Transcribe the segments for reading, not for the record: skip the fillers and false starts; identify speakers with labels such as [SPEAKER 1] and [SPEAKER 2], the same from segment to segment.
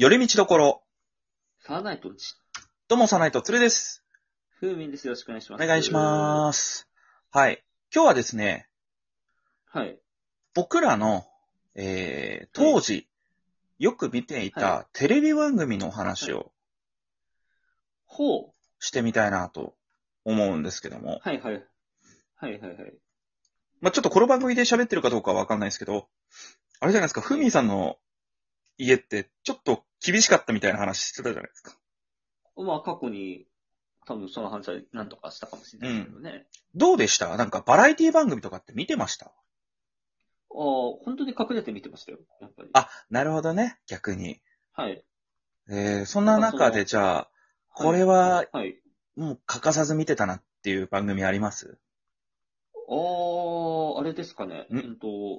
[SPEAKER 1] 寄り道どころ。
[SPEAKER 2] サーナイトち、
[SPEAKER 1] どうも、さないとつるです。
[SPEAKER 2] ふうみんです。よろしくお願いします。
[SPEAKER 1] お願いします。はい。今日はですね、
[SPEAKER 2] はい。
[SPEAKER 1] 僕らの、当時、よく見てい
[SPEAKER 2] はい。
[SPEAKER 1] たテレビ番組のお話
[SPEAKER 2] はい。
[SPEAKER 1] を
[SPEAKER 2] ほう。
[SPEAKER 1] してみたいなと思うんですけども。
[SPEAKER 2] はいはい。はいはいはい。
[SPEAKER 1] まあ、ちょっとこの番組で喋ってるかどうかはわかんないですけど、あれじゃないですか、ふ
[SPEAKER 2] はい。
[SPEAKER 1] みさんの家ってちょっと厳しかったみたいな話してたじゃないですか。
[SPEAKER 2] まあ、過去に、多分その話は何とかしたかもしれないですけどね。
[SPEAKER 1] どうでした？なんかバラエティ番組とかって見てました？
[SPEAKER 2] ああ、本当に隠れて見てましたよ。やっぱり。
[SPEAKER 1] あ、なるほどね、逆に。
[SPEAKER 2] はい。
[SPEAKER 1] そん
[SPEAKER 2] だ
[SPEAKER 1] な中で
[SPEAKER 2] からその、
[SPEAKER 1] じゃあ、こ
[SPEAKER 2] はい。
[SPEAKER 1] れは
[SPEAKER 2] はい。
[SPEAKER 1] もう欠かさず見てたなっていう番組あります？
[SPEAKER 2] ああ、あれですかね。
[SPEAKER 1] ん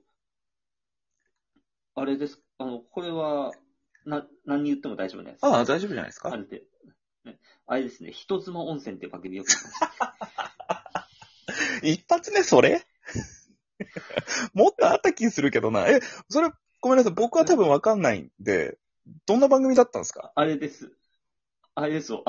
[SPEAKER 2] あれです。これは、何言っても大丈夫なやつです
[SPEAKER 1] ああ、
[SPEAKER 2] か？
[SPEAKER 1] 大丈夫じゃないですか？
[SPEAKER 2] あれで、ね。あれですね。人妻温泉っていう番組よく見てましたね。
[SPEAKER 1] 一発目それもっとあった気するけどな。それ、ごめんなさい。僕は多分わかんないんで、どんな番組だったんですか？
[SPEAKER 2] あれです。あれですよ。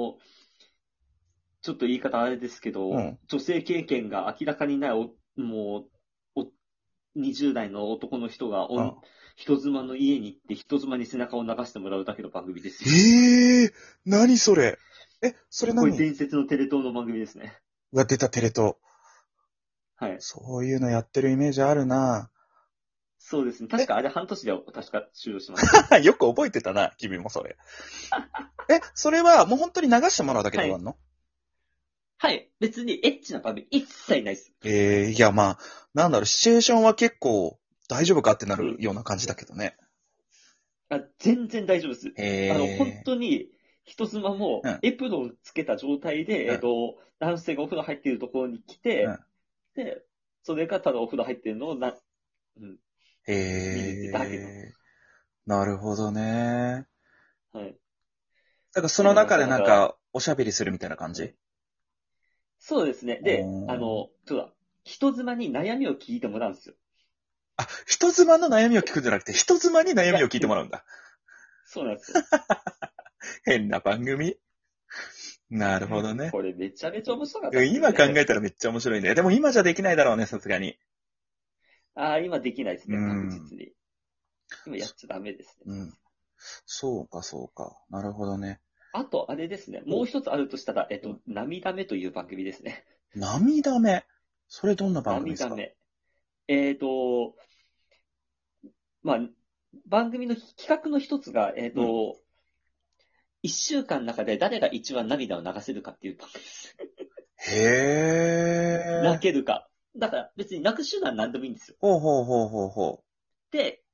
[SPEAKER 2] ちょっと言い方あれですけど、
[SPEAKER 1] うん。
[SPEAKER 2] 女性経験が明らかにないもう、20代の男の人が
[SPEAKER 1] あ、
[SPEAKER 2] 人妻の家に行って人妻に背中を流してもらうだけの番組ですよ。
[SPEAKER 1] 何それ？それ
[SPEAKER 2] これ
[SPEAKER 1] 何
[SPEAKER 2] 伝説のテレ東の番組ですね。
[SPEAKER 1] が出たテレ東。
[SPEAKER 2] はい。
[SPEAKER 1] そういうのやってるイメージあるな。
[SPEAKER 2] そうですね。確かあれ半年で確か終了しましたね。
[SPEAKER 1] よく覚えてたな、君もそれ。それはもう本当に流してもらうだけで
[SPEAKER 2] はい。
[SPEAKER 1] 終わんの？
[SPEAKER 2] はい。別にエッチな番組一切ないです。
[SPEAKER 1] いやまあ、なんだろう、シチュエーションは結構大丈夫かってな
[SPEAKER 2] うん。
[SPEAKER 1] るような感じだけどね。
[SPEAKER 2] 全然大丈夫です。本
[SPEAKER 1] へ
[SPEAKER 2] 当に、人妻も
[SPEAKER 1] うん、
[SPEAKER 2] エプロンつけた状態で、
[SPEAKER 1] うん、
[SPEAKER 2] 男性がお風呂入っているところに来て、
[SPEAKER 1] うん。
[SPEAKER 2] で、それがただお風呂入ってるのをうん、
[SPEAKER 1] へ
[SPEAKER 2] 見るってだけの。
[SPEAKER 1] え、なるほどね。
[SPEAKER 2] はい。
[SPEAKER 1] だからそ
[SPEAKER 2] なんかなん
[SPEAKER 1] の中で
[SPEAKER 2] かだから、
[SPEAKER 1] なんか、おしゃべりするみたいな感じ？
[SPEAKER 2] はい。そうですね。
[SPEAKER 1] う
[SPEAKER 2] で、
[SPEAKER 1] ーん。
[SPEAKER 2] そうだ、人妻に悩みを聞いてもらうんですよ。
[SPEAKER 1] あ、人妻の悩みを聞くんじゃなくて、人妻に悩
[SPEAKER 2] いや、
[SPEAKER 1] みを聞いてもらうんだ。
[SPEAKER 2] そうなんですよ。
[SPEAKER 1] 変な番組。なるほどね。
[SPEAKER 2] これめちゃめちゃ面白かったですけど
[SPEAKER 1] 今考え
[SPEAKER 2] ね。
[SPEAKER 1] たらめっちゃ面白いね。でも今じゃできないだろうね、さすがに。
[SPEAKER 2] ああ、今できないです
[SPEAKER 1] うー
[SPEAKER 2] ね。確
[SPEAKER 1] ん。
[SPEAKER 2] 実に。今やっちゃダメですね。
[SPEAKER 1] うん。そうか、そうか。なるほどね。
[SPEAKER 2] あと、あれですね。も
[SPEAKER 1] お、
[SPEAKER 2] う一つあるとしたら、涙目という番組ですね。
[SPEAKER 1] 涙目。それどんな番組ですか？
[SPEAKER 2] 涙目。えっと、まあ、番組の企画の一つが、
[SPEAKER 1] うん。
[SPEAKER 2] 一週間の中で誰が一番涙を流せるかっていう番組です。
[SPEAKER 1] へ
[SPEAKER 2] 泣
[SPEAKER 1] え。
[SPEAKER 2] けるか。だから別に泣く手段なんでもいいんですよ。
[SPEAKER 1] ほうほうほうほうほ
[SPEAKER 2] で、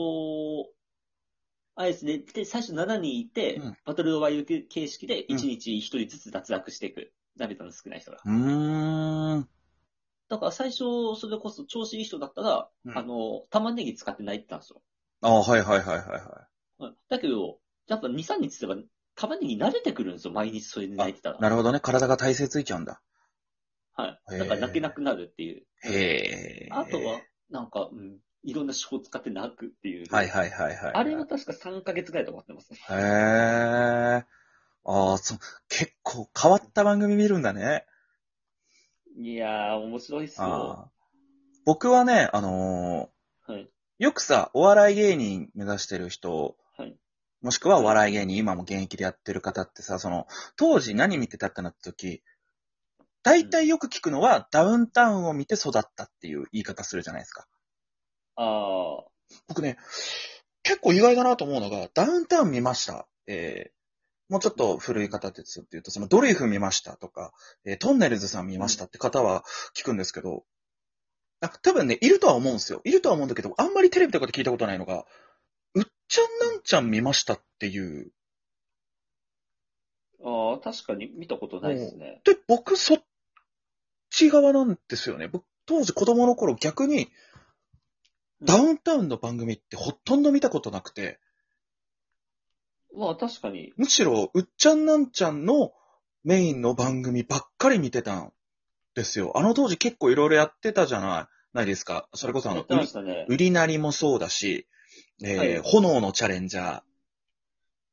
[SPEAKER 2] あれですね。で、最初7人い
[SPEAKER 1] う。う
[SPEAKER 2] て、
[SPEAKER 1] ん。
[SPEAKER 2] バトルロワイヤル形式で1
[SPEAKER 1] うん。
[SPEAKER 2] 日1人ずつ脱落していく。涙の少ない人が。
[SPEAKER 1] うーん。
[SPEAKER 2] だから最初、それこそ調子いい人だったら、
[SPEAKER 1] うん。
[SPEAKER 2] 玉ねぎ使って泣いてたんですよ。
[SPEAKER 1] はいはいはいはいはい。
[SPEAKER 2] うん。だけど、やっぱ2、3日すれば、玉ねぎ慣れてくるんですよ。毎日それで泣いてたら。
[SPEAKER 1] なるほどね。体が体勢ついちゃうんだ。
[SPEAKER 2] はい。だから泣けな
[SPEAKER 1] へ
[SPEAKER 2] くなるっていう。
[SPEAKER 1] え。へ
[SPEAKER 2] あとは、
[SPEAKER 1] え。
[SPEAKER 2] なんか、いろんな手法を使って泣くっていうの。
[SPEAKER 1] はいはいはいはい
[SPEAKER 2] あれ
[SPEAKER 1] は
[SPEAKER 2] は確か3ヶ月ぐらいで終わってますね。
[SPEAKER 1] い。へえ。結構変わった番組見るんだね。
[SPEAKER 2] いやー、面白いっすよ。
[SPEAKER 1] ああ。僕はね、
[SPEAKER 2] はい。
[SPEAKER 1] よくさ、お笑い芸人目指してる人、
[SPEAKER 2] はい。
[SPEAKER 1] もしくはお
[SPEAKER 2] はい。
[SPEAKER 1] 笑い芸人、今も現役でやってる方ってさ、当時何見てたかなって時、大
[SPEAKER 2] うん。
[SPEAKER 1] 体よく聞くのは、ダウンタウンを見て育ったっていう言い方するじゃないですか。
[SPEAKER 2] あ
[SPEAKER 1] 僕ね、結構意外だなと思うのが、ダウンタウン見ました。もうちょっと古い方ですって言うと、ドリフ見ましたとか、トンネルズさん見
[SPEAKER 2] ー、うん。
[SPEAKER 1] ましたって方は聞くんですけど、多分ね、いるとは思うんですよ。いるとは思うんだけど、あんまりテレビとかで聞いたことないのが、うっちゃん
[SPEAKER 2] うん。
[SPEAKER 1] なんちゃん見ましたっていう。
[SPEAKER 2] ああ、確かに見たことないっ
[SPEAKER 1] も
[SPEAKER 2] すね。
[SPEAKER 1] で、僕そっち側なんですよね。僕、当時子供の頃逆に
[SPEAKER 2] うん。
[SPEAKER 1] ダウンタウンの番組ってほとんど見たことなくて、
[SPEAKER 2] まあ確かに。
[SPEAKER 1] むしろうっちゃんなんちゃんのメインの番組ばっかり見てたんですよ。あの当時結構いろいろやってたじゃないですか。それこそ
[SPEAKER 2] やってましたね。
[SPEAKER 1] 売りなりもそうだし、
[SPEAKER 2] はい。
[SPEAKER 1] 炎のチャレンジャー、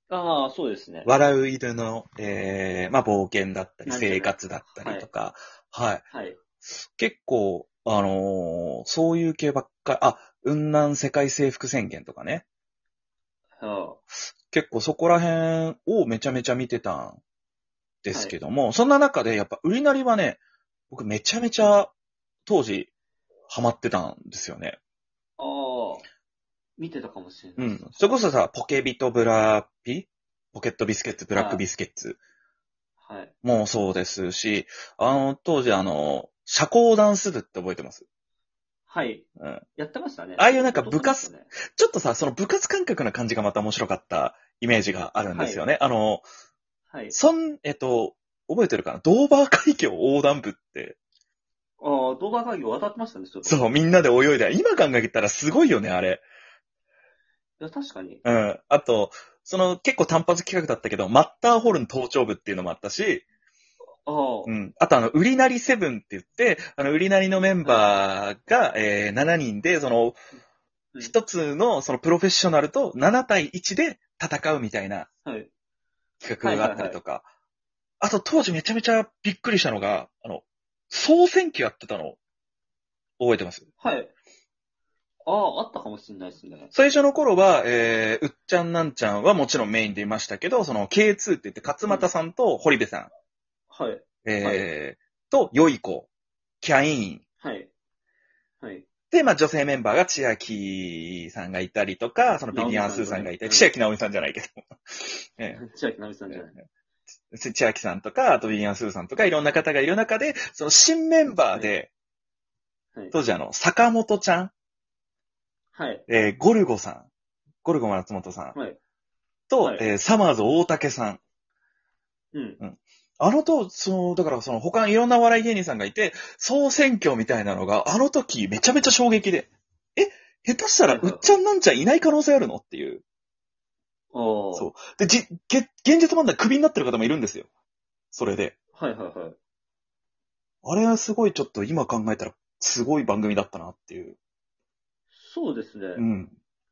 [SPEAKER 2] ああ、そうですね。
[SPEAKER 1] 笑う犬の、まあ、冒険だったり、
[SPEAKER 2] なんちゃら
[SPEAKER 1] 生活だったりとか、はい。
[SPEAKER 2] はい。
[SPEAKER 1] 結構、そういう系ばっかり、雲南世界征服宣言とかね。
[SPEAKER 2] は
[SPEAKER 1] 結構そこら辺をめちゃめちゃ見てたんで
[SPEAKER 2] はい。
[SPEAKER 1] すけども、そんな中でやっぱ売りなりはね、僕めちゃめちゃ当時ハマってたんですよね。
[SPEAKER 2] ああ、見てたかもしれないです。
[SPEAKER 1] うん。それこそさ、ポケビとブラピポケットビスケッツ、ブラック
[SPEAKER 2] あ
[SPEAKER 1] ビスケッツ
[SPEAKER 2] はい。
[SPEAKER 1] もそうですし、当時社交ダンス部って覚えてます？
[SPEAKER 2] はい。
[SPEAKER 1] うん。あ
[SPEAKER 2] やってましたね。
[SPEAKER 1] あいうなんか部活、
[SPEAKER 2] 男の人ね。
[SPEAKER 1] ちょっとさ、その部活感覚な感じがまた面白かったイメージがあるんで
[SPEAKER 2] はい。
[SPEAKER 1] すよね。
[SPEAKER 2] はい。
[SPEAKER 1] 覚えてるかな、ドーバー海峡横断部って、
[SPEAKER 2] ああ、動画会議渡ってましたね、そういえば。
[SPEAKER 1] そう、みんなで泳いで、今考えたらすごいよね、あれ。
[SPEAKER 2] いや、確かに。
[SPEAKER 1] うん。あと、結構単発企画だったけど、マッターホルン登頂部っていうのもあったし、
[SPEAKER 2] ああ、は
[SPEAKER 1] うん。あと売りなりセブンって言って、売りなりのメン
[SPEAKER 2] い。
[SPEAKER 1] バーが、7人で、
[SPEAKER 2] うん。
[SPEAKER 1] 一つの、プロフェッショナルと7対1で戦うみたいな
[SPEAKER 2] はい。
[SPEAKER 1] 企画があっ
[SPEAKER 2] はいはいはい。
[SPEAKER 1] たりとか。あと、当時めちゃめちゃびっくりしたのが、総選挙やってたの、覚えてます？
[SPEAKER 2] はい。ああ、あったかもしれないですね。
[SPEAKER 1] 最初の頃は、うっちゃんなんちゃんはもちろんメインでいましたけど、K2 って言って、勝
[SPEAKER 2] うん。
[SPEAKER 1] 俣さんと堀部さん、
[SPEAKER 2] はい。はい。
[SPEAKER 1] と、よいこ、キャイン。
[SPEAKER 2] はい。はい。
[SPEAKER 1] で、まあ女性メンバーが千秋さんがいたりとか、ビビアン・
[SPEAKER 2] 直美さ
[SPEAKER 1] スーさんがいて、
[SPEAKER 2] んとね。
[SPEAKER 1] 千秋直美さんじゃないけど、え
[SPEAKER 2] 千秋直美さんじゃない。
[SPEAKER 1] え千秋さんとか、あとビビアン・スーさんとか、いろんな方がいる中で、その新メンバー
[SPEAKER 2] はい。
[SPEAKER 1] で、
[SPEAKER 2] はい。
[SPEAKER 1] 当時坂本ちゃん、
[SPEAKER 2] はい。
[SPEAKER 1] ゴルゴさん、ゴルゴ松本さん
[SPEAKER 2] はい。
[SPEAKER 1] と、
[SPEAKER 2] はい。
[SPEAKER 1] サマーズ大竹さん。
[SPEAKER 2] うん。
[SPEAKER 1] うん。だから他にいろんな笑い芸人さんがいて、総選挙みたいなのが、あの時めちゃめちゃ衝撃で、え、下手したらうっちゃ
[SPEAKER 2] はいはいはい。
[SPEAKER 1] んなんちゃんいない可能性あるのっていう。
[SPEAKER 2] ああ。は
[SPEAKER 1] そう。で、現実問題クビになってる方もいるんですよ。それで。
[SPEAKER 2] いはいはい。
[SPEAKER 1] あれはすごいちょっと今考えたら、すごい番組だったなっていう。
[SPEAKER 2] そうですね。
[SPEAKER 1] うん。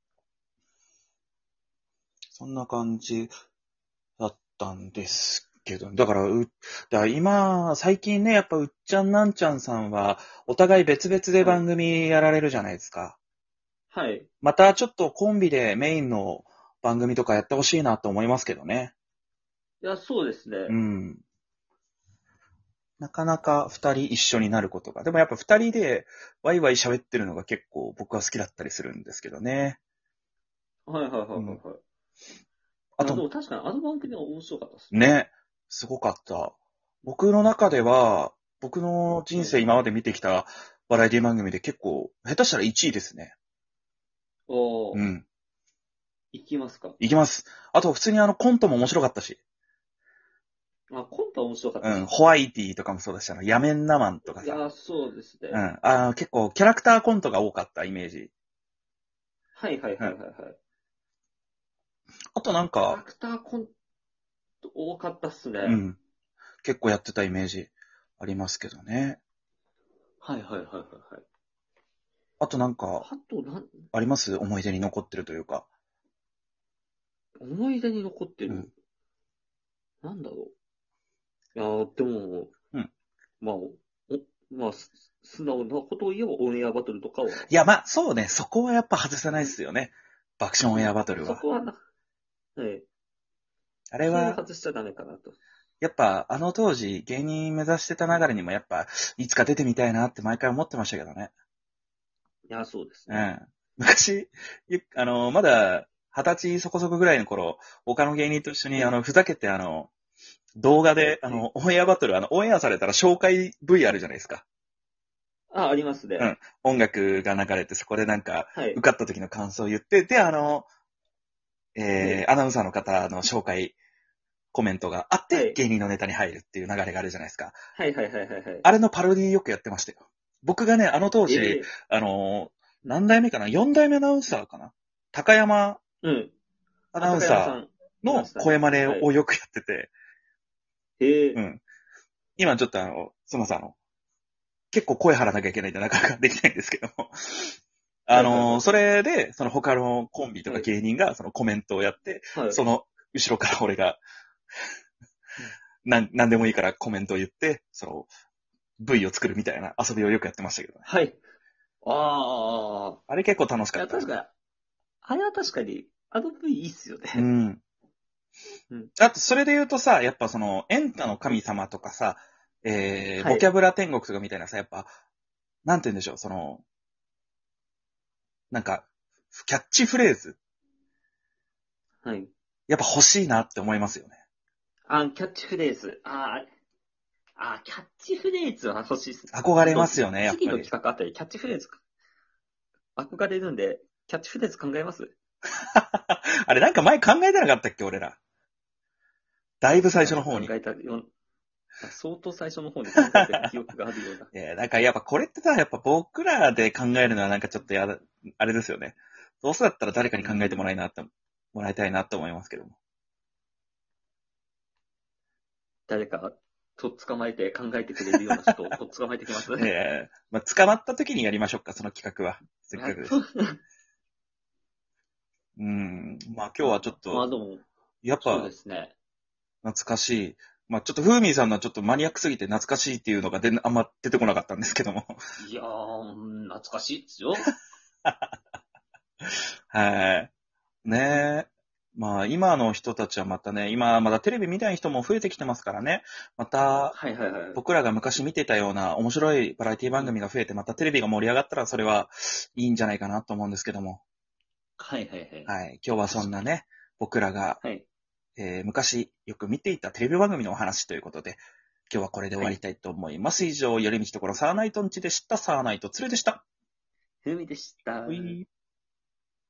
[SPEAKER 1] そんな感じだったんですけど、だから今、最近ね、やっぱうっちゃんなんちゃんさんは、お互い別々で
[SPEAKER 2] はい。
[SPEAKER 1] 番組やられるじゃないですか。
[SPEAKER 2] はい。
[SPEAKER 1] またちょっとコンビでメインの番組とかやってほしいなと思いますけどね。
[SPEAKER 2] いや、そうですね。
[SPEAKER 1] うん。なかなか二人一緒になることが。でもやっぱ二人でワイワイ喋ってるのが結構僕は好きだったりするんですけどね。
[SPEAKER 2] はいはいはい
[SPEAKER 1] うん。
[SPEAKER 2] はいはい。いや、で
[SPEAKER 1] あと、
[SPEAKER 2] も確かにあの番組は面白かったですね。
[SPEAKER 1] ね、すごかった。僕の中では、僕の人
[SPEAKER 2] はい。
[SPEAKER 1] 生今まで見てきたバラエティ番組で結構、下手したら1位ですね。
[SPEAKER 2] おー、
[SPEAKER 1] うん。
[SPEAKER 2] 行きますか。
[SPEAKER 1] いきます。あと普通にコントも面白かったし。
[SPEAKER 2] あ、コントは面白かった
[SPEAKER 1] うん。
[SPEAKER 2] ですね。
[SPEAKER 1] ホワイティとかもそうだし、ヤメンナマンとかさ。
[SPEAKER 2] いや、そうですね。
[SPEAKER 1] うん。結構キャラクターコントが多かったイメージ。
[SPEAKER 2] はいはい
[SPEAKER 1] うん。
[SPEAKER 2] はいはいはい。
[SPEAKER 1] あとなんか、
[SPEAKER 2] キャラクターコント多かったっすね。
[SPEAKER 1] うん。結構やってたイメージありますけどね。
[SPEAKER 2] はいはいはいはいはい。
[SPEAKER 1] あとなんか、
[SPEAKER 2] あと、
[SPEAKER 1] あります思い出に残ってるというか。
[SPEAKER 2] 思い出に残って
[SPEAKER 1] うん。
[SPEAKER 2] る。なんだろう。いやー、でも、
[SPEAKER 1] うん。
[SPEAKER 2] まあ、まあ、素直なことを言えばオンエアバトルとかは、
[SPEAKER 1] いや、まあ、そうね。そこはやっぱ外せないですよね。爆笑オンエア
[SPEAKER 2] うん。
[SPEAKER 1] バトルは。
[SPEAKER 2] そこははい。それは
[SPEAKER 1] あれは、
[SPEAKER 2] 外しちゃダメかなと。
[SPEAKER 1] やっぱあの当時芸人目指してた流れにもやっぱいつか出てみたいなって毎回思ってましたけどね。
[SPEAKER 2] いや、そうですね。
[SPEAKER 1] うん。昔、まだ20歳そこそこぐらいの頃、他の芸人と一緒に
[SPEAKER 2] はい。
[SPEAKER 1] ふざけて動画で
[SPEAKER 2] はい。
[SPEAKER 1] オンエアバトル、オンエアされたら紹介 V あるじゃないですか。
[SPEAKER 2] あ、ありますね。
[SPEAKER 1] うん。音楽が流れてそこでなんか
[SPEAKER 2] はい。
[SPEAKER 1] 受かった時の感想を言って、で、
[SPEAKER 2] はい。
[SPEAKER 1] アナウンサーの方の紹介コメントがあって、
[SPEAKER 2] はい。
[SPEAKER 1] 芸人のネタに入るっていう流れがあるじゃないですか。
[SPEAKER 2] はいはいはいはいはい。
[SPEAKER 1] あれのパロディよくやってましたよ。僕がね、あの当時、
[SPEAKER 2] ええ
[SPEAKER 1] あの何代目かな？ 4 代目アナウンサーかな？高山
[SPEAKER 2] うん。
[SPEAKER 1] ア
[SPEAKER 2] あ、
[SPEAKER 1] ナウンサ
[SPEAKER 2] 高山さん、
[SPEAKER 1] ーの
[SPEAKER 2] いましたね。
[SPEAKER 1] 声真似
[SPEAKER 2] はい。
[SPEAKER 1] をよくやってて、
[SPEAKER 2] ええ
[SPEAKER 1] うん。今ちょっとすみません、結構声張らなきゃいけないんでなかなかできないんですけども。
[SPEAKER 2] はいはいはい。
[SPEAKER 1] それで、その他のコンビとか
[SPEAKER 2] はい。
[SPEAKER 1] 芸人がそのコメントをやって、
[SPEAKER 2] はい。
[SPEAKER 1] その後ろから俺が、なんでもいいからコメントを言って、V を作るみたいな遊びをよくやってましたけどね。
[SPEAKER 2] はい。ああ。
[SPEAKER 1] あれ結構楽し
[SPEAKER 2] いや、
[SPEAKER 1] かった。
[SPEAKER 2] 確かに、あれは確かに、あの V いいっすよね。
[SPEAKER 1] うん。
[SPEAKER 2] うん。
[SPEAKER 1] あと、それで言うとさ、やっぱエンタの神様とかさ、ボキャブラ天国とかみたいなさ、やっぱ、なんて言うんでしょう、なんか、キャッチフレーズ、
[SPEAKER 2] はい。
[SPEAKER 1] やっぱ欲しいなって思いますよね。
[SPEAKER 2] キャッチフレーズ。キャッチフレーズは欲しいっす。
[SPEAKER 1] 憧れますよね、やっ
[SPEAKER 2] 次の
[SPEAKER 1] ぱり。
[SPEAKER 2] 企画あたり、キャッチフレーズか。憧れるんで、キャッチフレーズ考えます？
[SPEAKER 1] あれ、なんか前考えてなかったっけ、俺ら。だいぶ最初の方に。
[SPEAKER 2] 考えたよ。相当最初の方に考えた記憶があるような。
[SPEAKER 1] なんかやっぱこれってさ、やっぱ僕らで考えるのはなんかちょっとあれですよね。どうせだったら誰かに考えてもらいたいなと思いますけども。
[SPEAKER 2] 誰か、とっ捕まえて考えてくれるような人をとっ捕まえてきます。
[SPEAKER 1] 捕まった時にやりましょうか、その企画は。せっかくです。まあ今日はちょっと、
[SPEAKER 2] でも、
[SPEAKER 1] やっ
[SPEAKER 2] そう
[SPEAKER 1] ぱ
[SPEAKER 2] ですね。
[SPEAKER 1] 懐かしい。まあちょっとフーミーさんのはちょっとマニアックすぎて懐かしいっていうのがあんま出てこなかったんですけども。
[SPEAKER 2] いやー、懐かしいですよ。
[SPEAKER 1] はい。ねえ。まあ今の人たちはまたね、今まだテレビ見たい人も増えてきてますからね。また、
[SPEAKER 2] はいはいはい。
[SPEAKER 1] 僕らが昔見てたような面白いバラエティ番組が増えて、またテレビが盛り上がったらそれはいいんじゃないかなと思うんですけども。
[SPEAKER 2] はいはいはい。
[SPEAKER 1] はい。今日はそんなね、僕らが、
[SPEAKER 2] はい。
[SPEAKER 1] 昔よく見ていたテレビ番組のお話ということで、今日はこれで終わりたいと思います。以上、寄り道ところサーナイトンチでした。サーナイトツルでした。
[SPEAKER 2] ふみでした。
[SPEAKER 1] うい